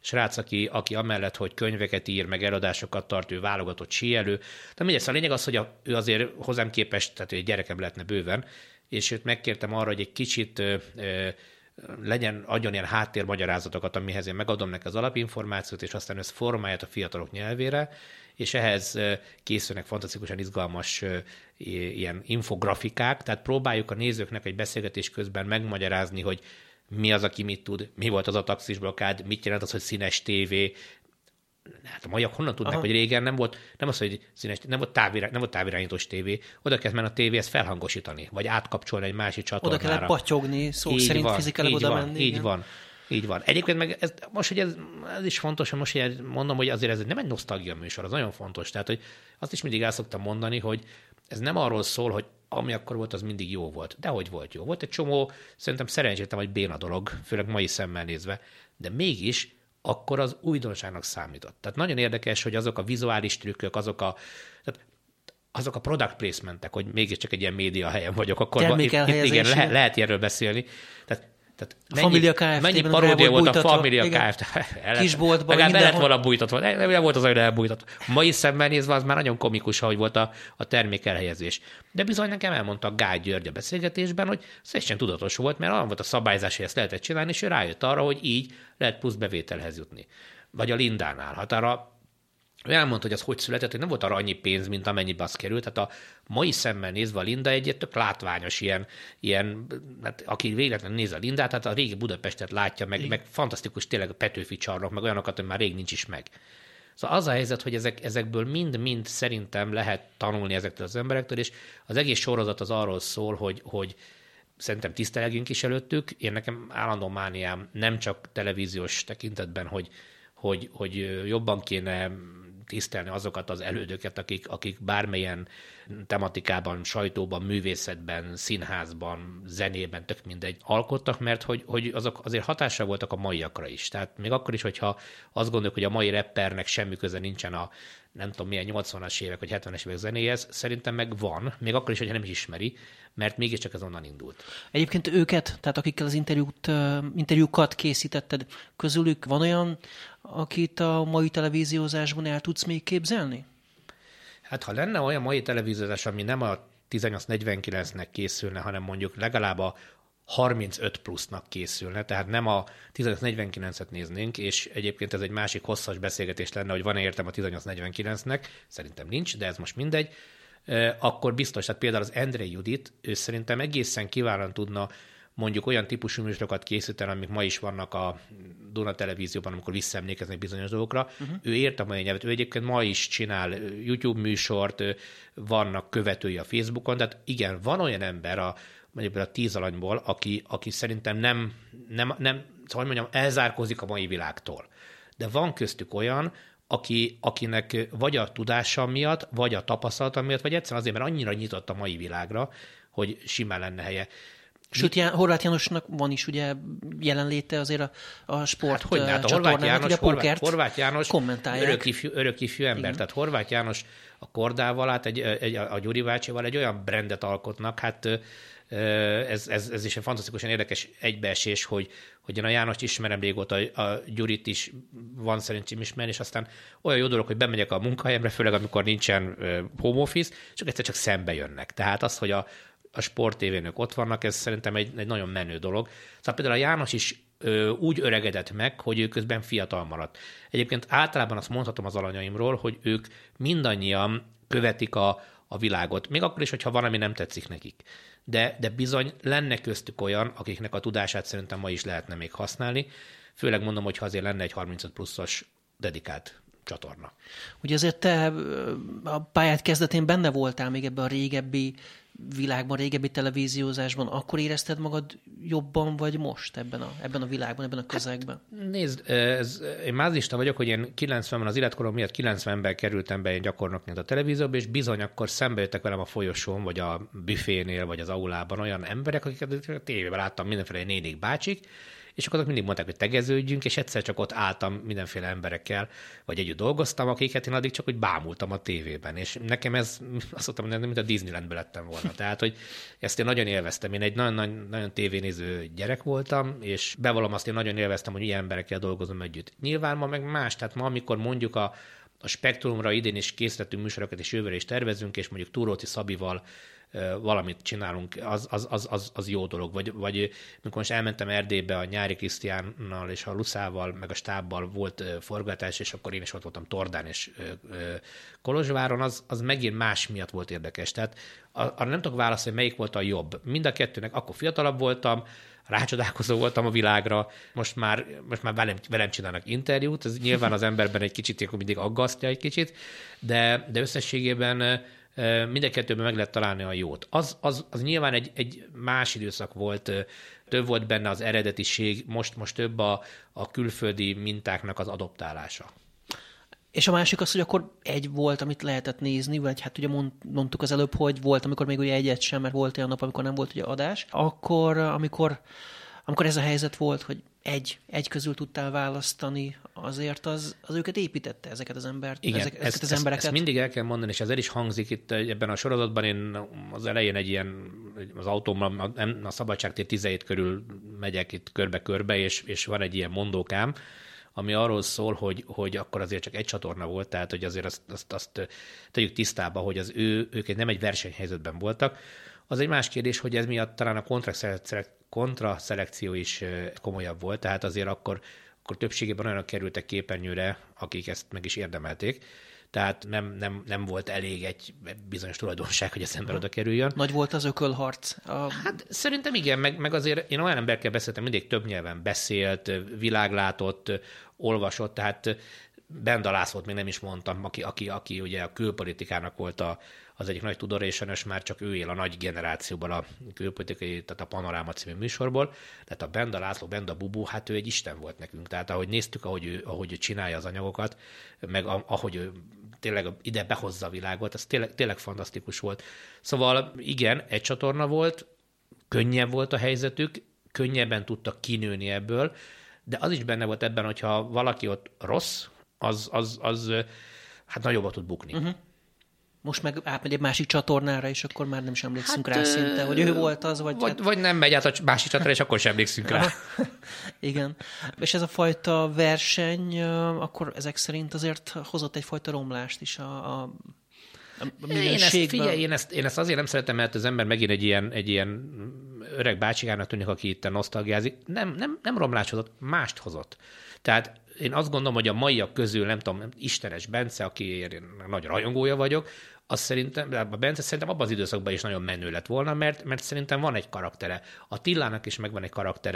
srác, aki amellett, hogy könyveket ír, meg előadásokat tart, ő válogatott síelő. De mindegy, a lényeg az, hogy ő azért hozzám képest, tehát egy gyerekem lehetne bőven, és őt megkértem arra, hogy egy kicsit adjon ilyen háttérmagyarázatokat, amihez én megadom neki az alapinformációt, és aztán ezt formáját a fiatalok nyelvére, és ehhez készülnek fantasztikusan izgalmas ilyen infografikák, tehát próbáljuk a nézőknek egy beszélgetés közben megmagyarázni, hogy mi az, aki mit tud, mi volt az a taxisblokkád, mit jelent az, hogy színes tévé. Hát a magyarok honnan tudnak, hogy régen nem volt távirányítós tévé, oda kellett menni a tévéhez felhangosítani, vagy átkapcsolni egy másik csatornára. Oda kellett patyogni, szó szerint fizikailag oda menni. Így van. Egyébként meg most, hogy ez is fontos, hogy most mondom, hogy azért ez nem egy nosztalgia műsor, az nagyon fontos. Tehát, hogy azt is mindig el szoktam mondani, hogy ez nem arról szól, hogy ami akkor volt, az mindig jó volt. De hogy volt jó? Volt egy csomó, szerintem szerencsétlen vagy béna dolog, főleg mai szemmel nézve, de mégis akkor az újdonságnak számított. Tehát nagyon érdekes, hogy azok a vizuális trükkök, azok a product placementek, hogy mégiscsak egy ilyen média helyen vagyok, akkor igen, lehet ilyenről beszélni. Tehát Familia Kft. Mennyi paródia volt a Familia Kft. Kisboltban mindenhol. Lehet volna bújtatva. Nem volt az, hogy elbújtatva. Mai szemben nézve az már nagyon komikus, ahogy volt a termék elhelyezés. De bizony nekem elmondta Gály György a beszélgetésben, hogy ez teljesen tudatos volt, mert olyan volt a szabályzás, hogy ezt lehetett csinálni, és ő rájött arra, hogy így lehet plusz bevételhez jutni. Vagy a Lindánál. Hát arra ő elmondta, hogy az hogy született, hogy nem volt arra annyi pénz, mint amennyibe az került. Tehát a mai szemmel nézve a Linda egy tök látványos ilyen hát aki véletlenül néz a Lindát, tehát a régi Budapestet látja, meg fantasztikus tényleg a Petőfi csarnok, meg olyanokat, hogy már rég nincs is meg. Szóval az a helyzet, hogy ezekből mind szerintem lehet tanulni ezektől az emberektől, és az egész sorozat az arról szól, hogy szerintem tisztelegjünk is előttük. Én nekem állandó mániám nem csak televíziós tekintetben, hogy jobban kéne tisztelni azokat az elődöket, akik bármilyen tematikában, sajtóban, művészetben, színházban, zenében, tök mindegy alkottak, mert hogy azok azért hatással voltak a maiakra is. Tehát még akkor is, hogyha azt gondoljuk, hogy a mai rappernek semmi köze nincsen a nem tudom milyen 80-as évek vagy 70-es évek zenéhez, szerintem meg van, még akkor is, hogyha nem is ismeri, mert mégiscsak ez onnan indult. Egyébként őket, tehát akikkel az interjúkat készítetted, közülük van olyan, akit a mai televíziózásban el tudsz még képzelni? Hát ha lenne olyan mai televíziózás, ami nem a 1849-nek készülne, hanem mondjuk legalább a 35 plusznak készülne, tehát nem a 1849-et néznénk, és egyébként ez egy másik hosszas beszélgetés lenne, hogy van-e értelme a 1849-nek, szerintem nincs, de ez most mindegy, akkor biztos, tehát például az Endrei Judit, ő szerintem egészen kiválóan tudna mondjuk olyan típusú műsorokat készíteni, amik ma is vannak a Duna televízióban, amikor visszaemlékeznek bizonyos dolgokra. Ő ért a mai nyelvet, ő egyébként ma is csinál YouTube műsort, vannak követői a Facebookon, tehát igen, van olyan ember mondjuk a 10 alanyból, aki szerintem nem szóval mondjam, elzárkózik a mai világtól. De van köztük olyan, akinek vagy a tudása miatt, vagy a tapasztalata miatt, vagy egyszerűen azért, mert annyira nyitott a mai világra, hogy simán lenne helye. Sőt, Horváth Jánosnak van is ugye jelenléte azért a sport Horváth János örök ifjú ember. Igen. Tehát Horváth János a Kordával, a Gyuri bácsival egy olyan brandet alkotnak, hát ez is egy fantasztikusan érdekes egybeesés, hogy én a Jánost ismerem régóta, a Gyurit is van szerencsém ismerni, és aztán olyan jó dolog, hogy bemegyek a munkahelyemre, főleg amikor nincsen home office, csak egyszer csak szembe jönnek. Tehát az, hogy a Sport TV-nök ott vannak, ez szerintem egy nagyon menő dolog. Szóval például a János is úgy öregedett meg, hogy ő közben fiatal maradt. Egyébként általában azt mondhatom az alanyaimról, hogy ők mindannyian követik a világot, még akkor is, hogyha van, ami nem tetszik nekik. De bizony lenne köztük olyan, akiknek a tudását szerintem ma is lehetne még használni. Főleg mondom, hogyha azért lenne egy 35 pluszos dedikált csatorna. Ugye azért te a pályát kezdetén benne voltál még ebben a régebbi világban, régebbi televíziózásban, akkor érezted magad jobban, vagy most ebben a világban, ebben a közegben? Hát, nézd, én mázlista vagyok, hogy én 90-ben, az életkorom miatt 90-ben kerültem be én gyakornokként a televízióba, és bizony akkor szembe jöttek velem a folyosón, vagy a büfénél, vagy az aulában olyan emberek, akiket a tévében láttam mindenféle nénik, bácsik, és akkor azok mindig mondták, hogy tegeződjünk, és egyszer csak ott álltam mindenféle emberekkel, vagy együtt dolgoztam, akiket én addig csak hogy bámultam a tévében, és nekem ez azt mondtam, hogy mint a Disneylandbe lettem volna. Tehát, hogy ezt én nagyon élveztem. Én egy nagyon tévénéző gyerek voltam, és bevallom azt, én nagyon élveztem, hogy ilyen emberekkel dolgozom együtt. Nyilván ma meg más, tehát ma, amikor mondjuk a Spektrumra idén is készítettünk műsorokat, és jövőre is tervezünk, és mondjuk Túróci Szabival valamit csinálunk, az jó dolog. Vagy mikor most elmentem Erdélybe a Nyári Krisztiánnal és a Luszával, meg a stábbal volt forgatás, és akkor én is ott voltam Tordán és Kolozsváron, az megint más miatt volt érdekes. Tehát arra nem tudok válaszolni, melyik volt a jobb. Mind a kettőnek, akkor fiatalabb voltam, rácsodálkozó voltam a világra, most már velem csinálnak interjút, ez nyilván az emberben egy kicsit akkor mindig aggasztja egy kicsit, de összességében mind a kettőben meg lehet találni a jót. Az nyilván egy más időszak volt, több volt benne az eredetiség, most több a külföldi mintáknak az adoptálása. És a másik az, hogy akkor egy volt, amit lehetett nézni, vagy hát ugye mondtuk az előbb, hogy volt, amikor még ugye egyet sem, mert volt olyan nap, amikor nem volt ugye adás. Akkor, amikor ez a helyzet volt, hogy egy közül tudtál választani, azért az őket építette, ezeket az embereket. Ezt mindig el kell mondani, és ez el is hangzik itt ebben a sorozatban. Én az elején az autómmal a Szabadságtér 17 körül megyek itt körbe-körbe, és van egy ilyen mondókám, ami arról szól, hogy akkor azért csak egy csatorna volt, tehát hogy azért azt tegyük tisztába, hogy ők nem egy versenyhelyzetben voltak. Az egy más kérdés, hogy ez miatt talán a kontraszelekció is komolyabb volt, tehát azért akkor többségében olyanok kerültek képernyőre, akik ezt meg is érdemelték. Tehát nem volt elég egy bizonyos tulajdonság, hogy az ember oda kerüljön. Nagy volt az ökölharc. Hát szerintem igen, meg azért én olyan emberekkel beszéltem, mindig több nyelven beszélt, világlátott, olvasott, tehát Benda Lászlót még nem is mondtam, aki ugye a külpolitikának volt az egyik nagy tudóra, és sajnos már csak ő él a nagy generációban a külpolitikai, tehát a Panoráma című műsorból. Tehát a Benda László, Benda Bubu, hát ő egy isten volt nekünk. Tehát ahogy néztük, ahogy ő csinálja az anyagokat, meg ahogy ő tényleg ide behozza a világot, az tényleg fantasztikus volt. Szóval igen, egy csatorna volt, könnyebb volt a helyzetük, könnyebben tudtak kinőni ebből, de az is benne volt ebben, hogyha valaki ott rossz, az hát nagyobbat tud bukni. Uh-huh. Most meg átmegy egy másik csatornára, és akkor már nem is emlékszünk rá szinte, hogy ő volt az, vagy nem megy át a másik csatornára, és akkor sem emlékszünk rá. Igen. És ez a fajta verseny, akkor ezek szerint azért hozott egyfajta romlást is a minőségben. Én ezt azért nem szeretem, mert az ember megint egy ilyen öreg bácsikának tűnik, aki itt nosztalgiázik. Nem romlást hozott, mást hozott. Tehát én azt gondolom, hogy a maiak közül, nem tudom, Istenes Bence, aki nagy rajongója vagyok, a Bence szerintem abban az időszakban is nagyon menő lett volna, mert szerintem van egy karaktere. A Tillának is megvan egy karaktere,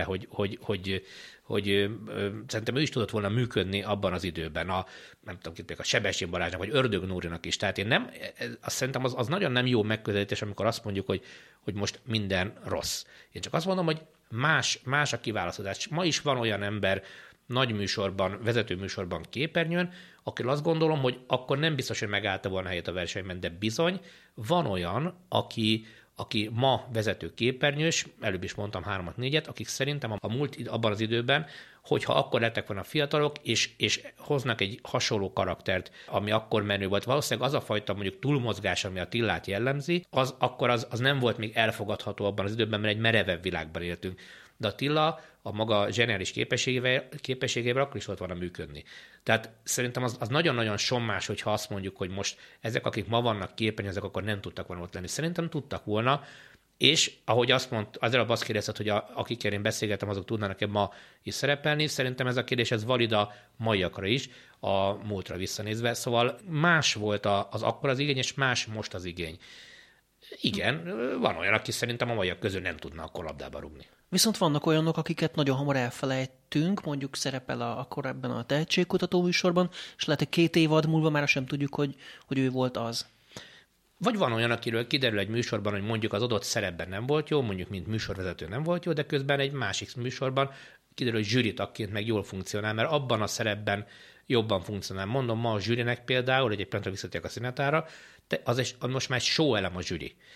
hogy szerintem ő is tudott volna működni abban az időben, nem tudom, a Sebestyén Balázsnak, vagy Ördög Nórinak is. Tehát azt szerintem az nagyon nem jó megközelítés, amikor azt mondjuk, hogy most minden rossz. Én csak azt mondom, hogy más a kiválasztás. Ma is van olyan ember, nagy műsorban, vezető műsorban, képernyőn, akiről azt gondolom, hogy akkor nem biztos, hogy megállta volna helyet a versenyben, de bizony van olyan, aki ma vezető képernyős, előbb is mondtam 3-4-et, akik szerintem abban az időben, hogyha akkor lettek volna fiatalok, és hoznak egy hasonló karaktert, ami akkor menő volt. Valószínűleg az a fajta mondjuk túlmozgás, ami a Tillát jellemzi, az nem volt még elfogadható abban az időben, mert egy merevebb világban éltünk. De Attila a maga zseniális képességével akkor is volt volna működni. Tehát szerintem az nagyon-nagyon sommás, hogyha azt mondjuk, hogy most ezek, akik ma vannak ezek akkor nem tudtak volna ott lenni. Szerintem tudtak volna, és ahogy azt mondta, az előbb azt kérdezted, hogy akikkel én beszélgetem, azok tudnának-e ma is szerepelni. Szerintem ez a kérdés, ez valid a maiakra is, a múltra visszanézve. Szóval más volt az akkor az igény, és más most az igény. Igen, van olyan, aki szerintem a maiak közül nem tudna akkor labdába rúgni. Viszont vannak olyanok, akiket nagyon hamar elfelejtünk, mondjuk szerepel akkor ebben a tehetségkutató műsorban, és lehet, hogy 2 évad múlva már sem tudjuk, hogy ő volt az. Vagy van olyan, akiről kiderül egy műsorban, hogy mondjuk az adott szerepben nem volt jó, mondjuk mint műsorvezető nem volt jó, de közben egy másik műsorban kiderül, hogy zsűritakként meg jól funkcionál, mert abban a szerepben jobban funkcionál. Mondom, ma a zsűrinek például, egyébként visszatérek a színetára, most már egy show elem a zsűri.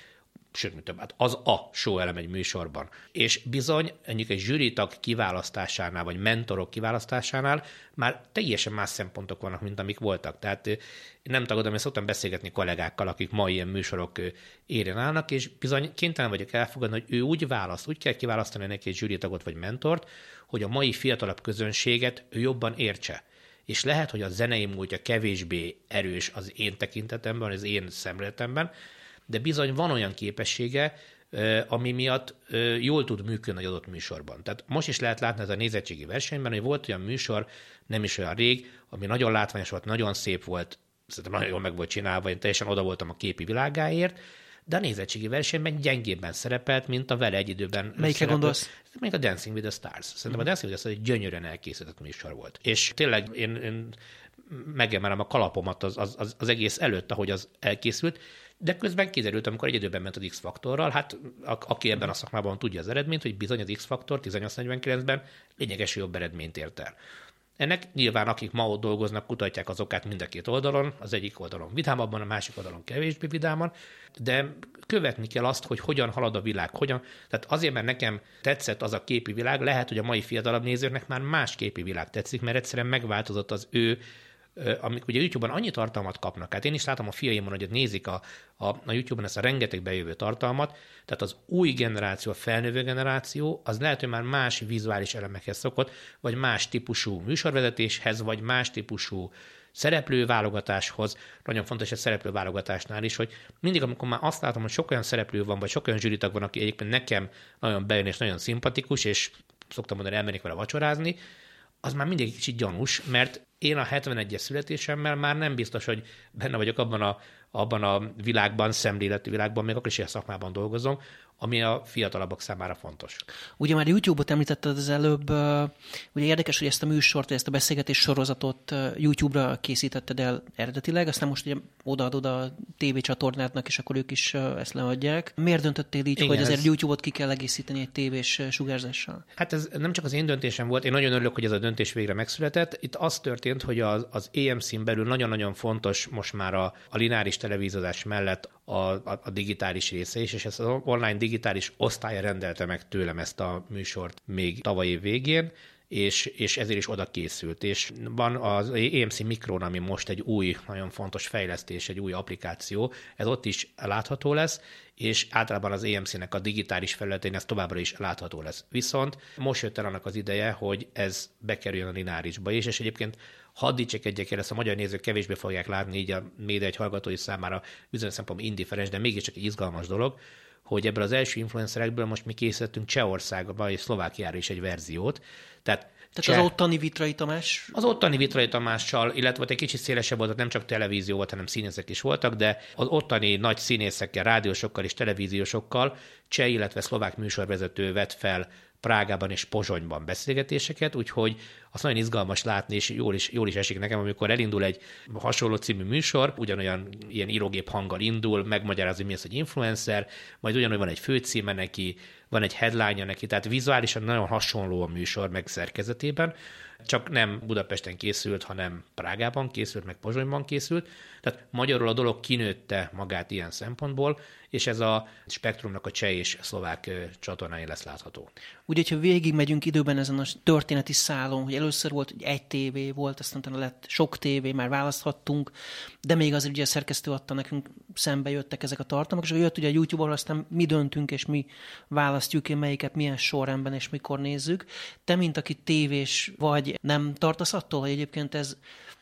sőt, mi több, hát az a show elem egy műsorban. És bizony, mondjuk egy zsűritag kiválasztásánál, vagy mentorok kiválasztásánál már teljesen más szempontok vannak, mint amik voltak. Tehát nem tagadom, hogy szoktam beszélgetni kollégákkal, akik ma ilyen műsorok érén állnak, és bizony kénytelen vagyok elfogadni, hogy ő úgy kell kiválasztani neki egy zsűritagot vagy mentort, hogy a mai fiatalabb közönséget ő jobban értse. És lehet, hogy a zenei múltja kevésbé erős az én tekintetemben, az én szemléletemben, de bizony van olyan képessége, ami miatt jól tud működni egy adott műsorban. Tehát most is lehet látni ez a nézettségi versenyben, hogy volt olyan műsor, nem is olyan rég, ami nagyon látványos volt, nagyon szép volt, szerintem nagyon jól meg volt csinálva, én teljesen oda voltam a képi világáért, de a nézettségi versenyben gyengébben szerepelt, mint a vele egy időben. Melyikre gondolsz? Még a Dancing with the Stars. Szerintem a Dancing with the Stars egy gyönyörűen elkészített műsor volt. És tényleg én megemelem a kalapomat az egész előtt, ahogy az elkészült, de közben kiderült, amikor egy időben ment az X-faktorral, hát aki ebben a szakmában tudja az eredményt, hogy bizony az X-faktor 1849-ben lényeges jobb eredményt ért el. Ennek nyilván, akik ma ott dolgoznak, kutatják az okát mind a két oldalon, az egyik oldalon vidámabban, a másik oldalon kevésbé vidáman, de követni kell azt, hogy hogyan halad a világ, Tehát azért, mert nekem tetszett az a képi világ, lehet, hogy a mai fiatalabb nézőknek már más képi világ tetszik, mert egyszerűen megváltozott az ő, amik ugye YouTube-on annyi tartalmat kapnak. Hát én is látom a fiaimon, hogy nézik a YouTube-on ezt a rengeteg bejövő tartalmat, tehát az új generáció, a felnövő generáció, az lehet, hogy már más vizuális elemekhez szokott, vagy más típusú műsorvezetéshez, vagy más típusú szereplőválogatáshoz. Nagyon fontos a szereplőválogatásnál is, hogy mindig, amikor már azt látom, hogy sok olyan szereplő van, vagy sok olyan zsűritag van, aki egyébként nekem nagyon bejön és nagyon szimpatikus, és szoktam mondani, elmennék vele vacsorázni, az már mindig egy kicsit gyanús, mert én a 71-es születésemmel már nem biztos, hogy benne vagyok abban a világban, szemléleti világban, még akkor is ilyen szakmában dolgozom, ami a fiatalabbak számára fontos. Ugye már YouTube-ot említetted az előbb, ugye érdekes, hogy ezt a műsort, vagy ezt a beszélgetés sorozatot YouTube-ra készítetted el eredetileg, aztán most ugye odaadod a TV csatornádnak, és akkor ők is ezt leadják. Miért döntöttél így, igen, hogy azért YouTube-ot ki kell egészíteni egy tévés sugárzással? Hát ez nem csak az én döntésem volt, én nagyon örülök, hogy ez a döntés végre megszületett. Itt az történt, hogy az EMC-n belül nagyon-nagyon fontos most már a lineáris televíziózás mellett a digitális része is, és ezt az online digitális osztálya rendelte meg tőlem ezt a műsort még tavaly év végén, és ezért is oda készült. És van az EMC Micron, ami most egy új, nagyon fontos fejlesztés, egy új applikáció, ez ott is látható lesz, és általában az EMC-nek a digitális felületén ez továbbra is látható lesz. Viszont most jött el annak az ideje, hogy ez bekerüljön a lineárisba is, és egyébként hadd dicsekedjek el, ezt a magyar nézők kevésbé fogják látni, így a Média egy hallgatói számára bizonyos szempontból indifferens, de mégiscsak egy izgalmas dolog, hogy ebből az első influencerekből most mi készítettünk Csehországban és Szlovákiára is egy verziót. Tehát az ottani Vitrai Tamás? Az ottani Vitrai Tamással, illetve egy kicsit szélesebb volt, nem csak televízió volt, hanem színészek is voltak, de az ottani nagy színészekkel, rádiósokkal és televíziósokkal cseh, illetve szlovák műsorvezető vett fel Prágában és Pozsonyban beszélgetéseket, úgyhogy azt nagyon izgalmas látni, és jól is esik nekem, amikor elindul egy hasonló című műsor, ugyanolyan ilyen írógép hanggal indul, megmagyarázza, hogy mi az, hogy influencer, majd ugyanúgy van egy főcíme neki, van egy headline-ja neki, tehát vizuálisan nagyon hasonló a műsor meg szerkezetében, csak nem Budapesten készült, hanem Prágában készült, meg Pozsonyban készült. Tehát magyarul a dolog kinőtte magát ilyen szempontból, és ez a Spektrumnak a cseh és szlovák csatornáin lesz látható. Ugye, hogyha végigmegyünk időben ezen a történeti szálon, hogy először volt, hogy egy tévé volt, aztán utána lett sok tévé, már választhattunk, de még azért ugye a szerkesztő adta nekünk, szembe jöttek ezek a tartalmak, és jött ugye a YouTube-on, aztán mi döntünk, és mi választjuk ki, melyiket milyen sorrendben, és mikor nézzük. Te, mint aki tévés vagy, nem tartasz attól, hogy egyébként ez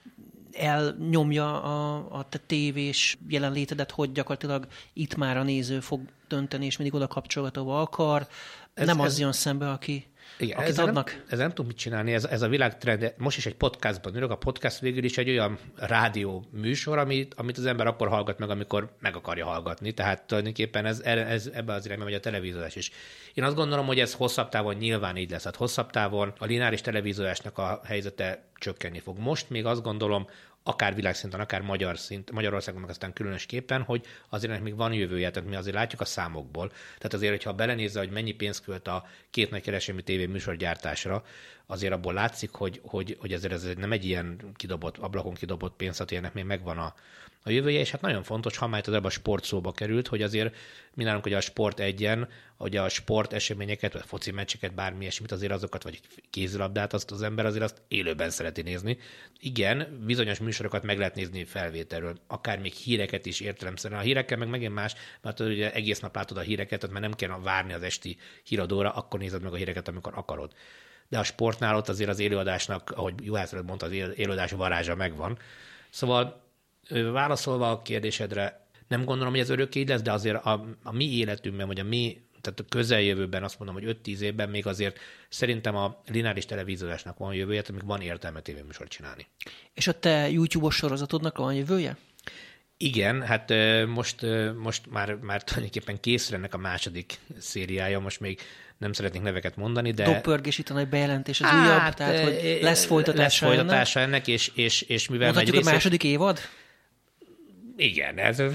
elnyomja a te tévés jelenlétedet, hogy gyakorlatilag itt már a néző fog dönteni, és mindig oda kapcsolgatóba akar. Ez jön szembe, akit adnak. Ez nem tud mit csinálni, ez a világtrend. Most is egy podcastban ülök, a podcast végül is egy olyan rádió műsor, amit az ember akkor hallgat meg, amikor meg akarja hallgatni. Tehát tulajdonképpen ez ebbe az irányba megy a televíziózás is. Én azt gondolom, hogy ez hosszabb távon nyilván így lesz. Hát hosszabb távon a lineáris televíziózásnak a helyzete csökkenni fog. Most még azt gondolom, akár világszinten, akár Magyarországon, meg aztán különösképpen, hogy azért még van jövője, tehát mi azért látjuk a számokból. Tehát azért, hogyha belenézze, hogy mennyi pénzt költ a két nagy kereskedelmi tévé műsorgyártásra, azért abból látszik, hogy ezért ez nem egy ilyen ablakon kidobott pénz, hát ennek még megvan a a jövője, és hát nagyon fontos, ha már itt a sport szóba került, hogy azért mi nálunk ugye a Sport 1-en, hogy a sport eseményeket, vagy foci meccseket, bármi eseményt, azért azokat, vagy kézilabdát, azt az ember azért azt élőben szereti nézni. Igen, bizonyos műsorokat meg lehet nézni felvételről, akár még híreket is értelemszerűen. A hírekkel meg megint más, mert ugye egész nap látod a híreket, tehát már nem kell várni az esti híradóra, akkor nézed meg a híreket, amikor akarod. De a sportnál ott azért az élőadásnak, ahogy Juhász mondta, az élőadás varázsa megvan. Szóval válaszolva a kérdésedre, nem gondolom, hogy ez örökké így lesz, de azért a mi életünkben, vagy tehát a közeljövőben azt mondom, hogy 5-10 évben még azért szerintem a lineáris televíziózásnak van jövője, amíg van értelme tévéműsort csinálni. És a te YouTube-os sorozatodnak van jövője? Igen, hát most már tulajdonképpen készül ennek a második szériája, most még nem szeretnék neveket mondani, de... Doppörgés itt a nagy bejelentés, az újabb, tehát hogy lesz folytatása ennek, és mivel mondhatjuk nagy a második évad? Igen,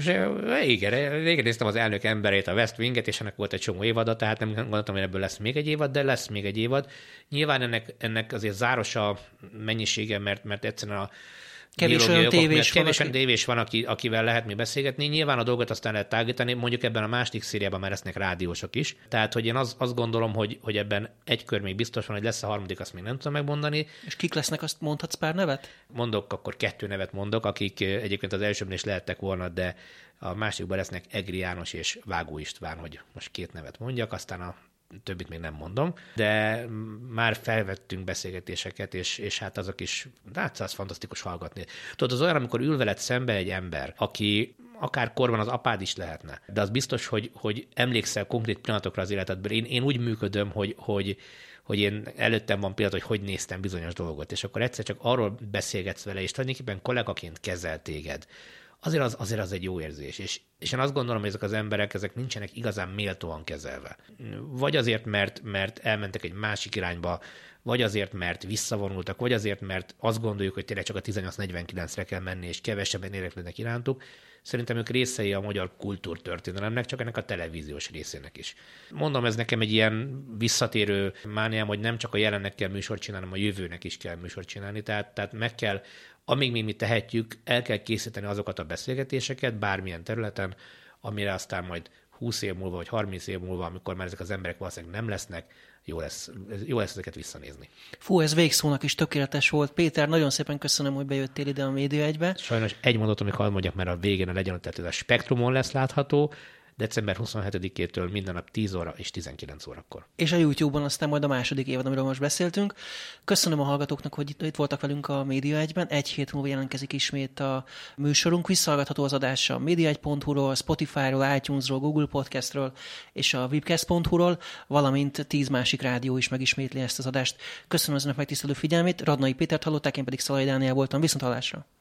régen néztem az Elnök emberét, a West Winget, és ennek volt egy csomó évada, tehát nem gondoltam, hogy ebből lesz még egy évad, de lesz még egy évad. Nyilván ennek azért záros a mennyisége, mert egyszerűen a kevés olyan tévés van, akivel lehet még beszélgetni. Nyilván a dolgot aztán lehet tágítani, mondjuk ebben a második szériában már lesznek rádiósok is. Tehát, hogy én azt gondolom, hogy ebben egy kör még biztos van, hogy lesz a harmadik, azt még nem tudom megmondani. És kik lesznek, azt mondhatsz pár nevet? Mondok, akkor 2 nevet mondok, akik egyébként az elsőben is lehettek volna, de a másikban lesznek Egri János és Vágó István, hogy most 2 nevet mondjak, aztán a többit még nem mondom, de már felvettünk beszélgetéseket, és hát azok is, hát az fantasztikus hallgatni. Tudod, az olyan, amikor ül veled szembe egy ember, aki akár korban az apád is lehetne, de az biztos, hogy emlékszel konkrét pillanatokra az életedből. Én úgy működöm, hogy én előttem van pillanat, hogy néztem bizonyos dolgot, és akkor egyszer csak arról beszélgetsz vele, és tulajdonképpen kollégaként kezel téged. Azért az egy jó érzés. És én azt gondolom, hogy ezek az emberek, ezek nincsenek igazán méltóan kezelve. Vagy azért, mert elmentek egy másik irányba, vagy azért, mert visszavonultak, vagy azért, mert azt gondoljuk, hogy tényleg csak a 1849-re kell menni, és kevesebben érdeklődnek irántuk. Szerintem ők részei a magyar kultúrtörténelemnek, csak ennek a televíziós részének is. Mondom, ez nekem egy ilyen visszatérő mániám, hogy nem csak a jelennek kell műsort csinálni, hanem a jövőnek is kell műsort csinálni. Tehát meg kell, amíg még mi tehetjük, el kell készíteni azokat a beszélgetéseket bármilyen területen, amire aztán majd 20 év múlva, vagy 30 év múlva, amikor már ezek az emberek valószínűleg nem lesznek, jó lesz ezeket visszanézni. Fú, ez végszónak is tökéletes volt. Péter, nagyon szépen köszönöm, hogy bejöttél ide a Média 1-be. Sajnos egy mondatot még hadd mondjak, mert a végén a legyen, tehát ez a Spektrumon lesz látható, december 27-től minden nap 10 óra és 19 órakor. És a YouTube-on aztán majd a második évad, amiről most beszéltünk. Köszönöm a hallgatóknak, hogy itt voltak velünk a Média 1-ben. Egy hét múlva jelentkezik ismét a műsorunk. Visszahallgatható az adás a media1.hu-ról, Spotify-ról, iTunes-ról, Google Podcast-ről és a webcast.hu-ról, valamint 10 másik rádió is megismétli ezt az adást. Köszönöm az önök megtisztelő figyelmét. Radnai Pétert hallották, én pedig Szalai Dániel voltam. Viszonthallásra!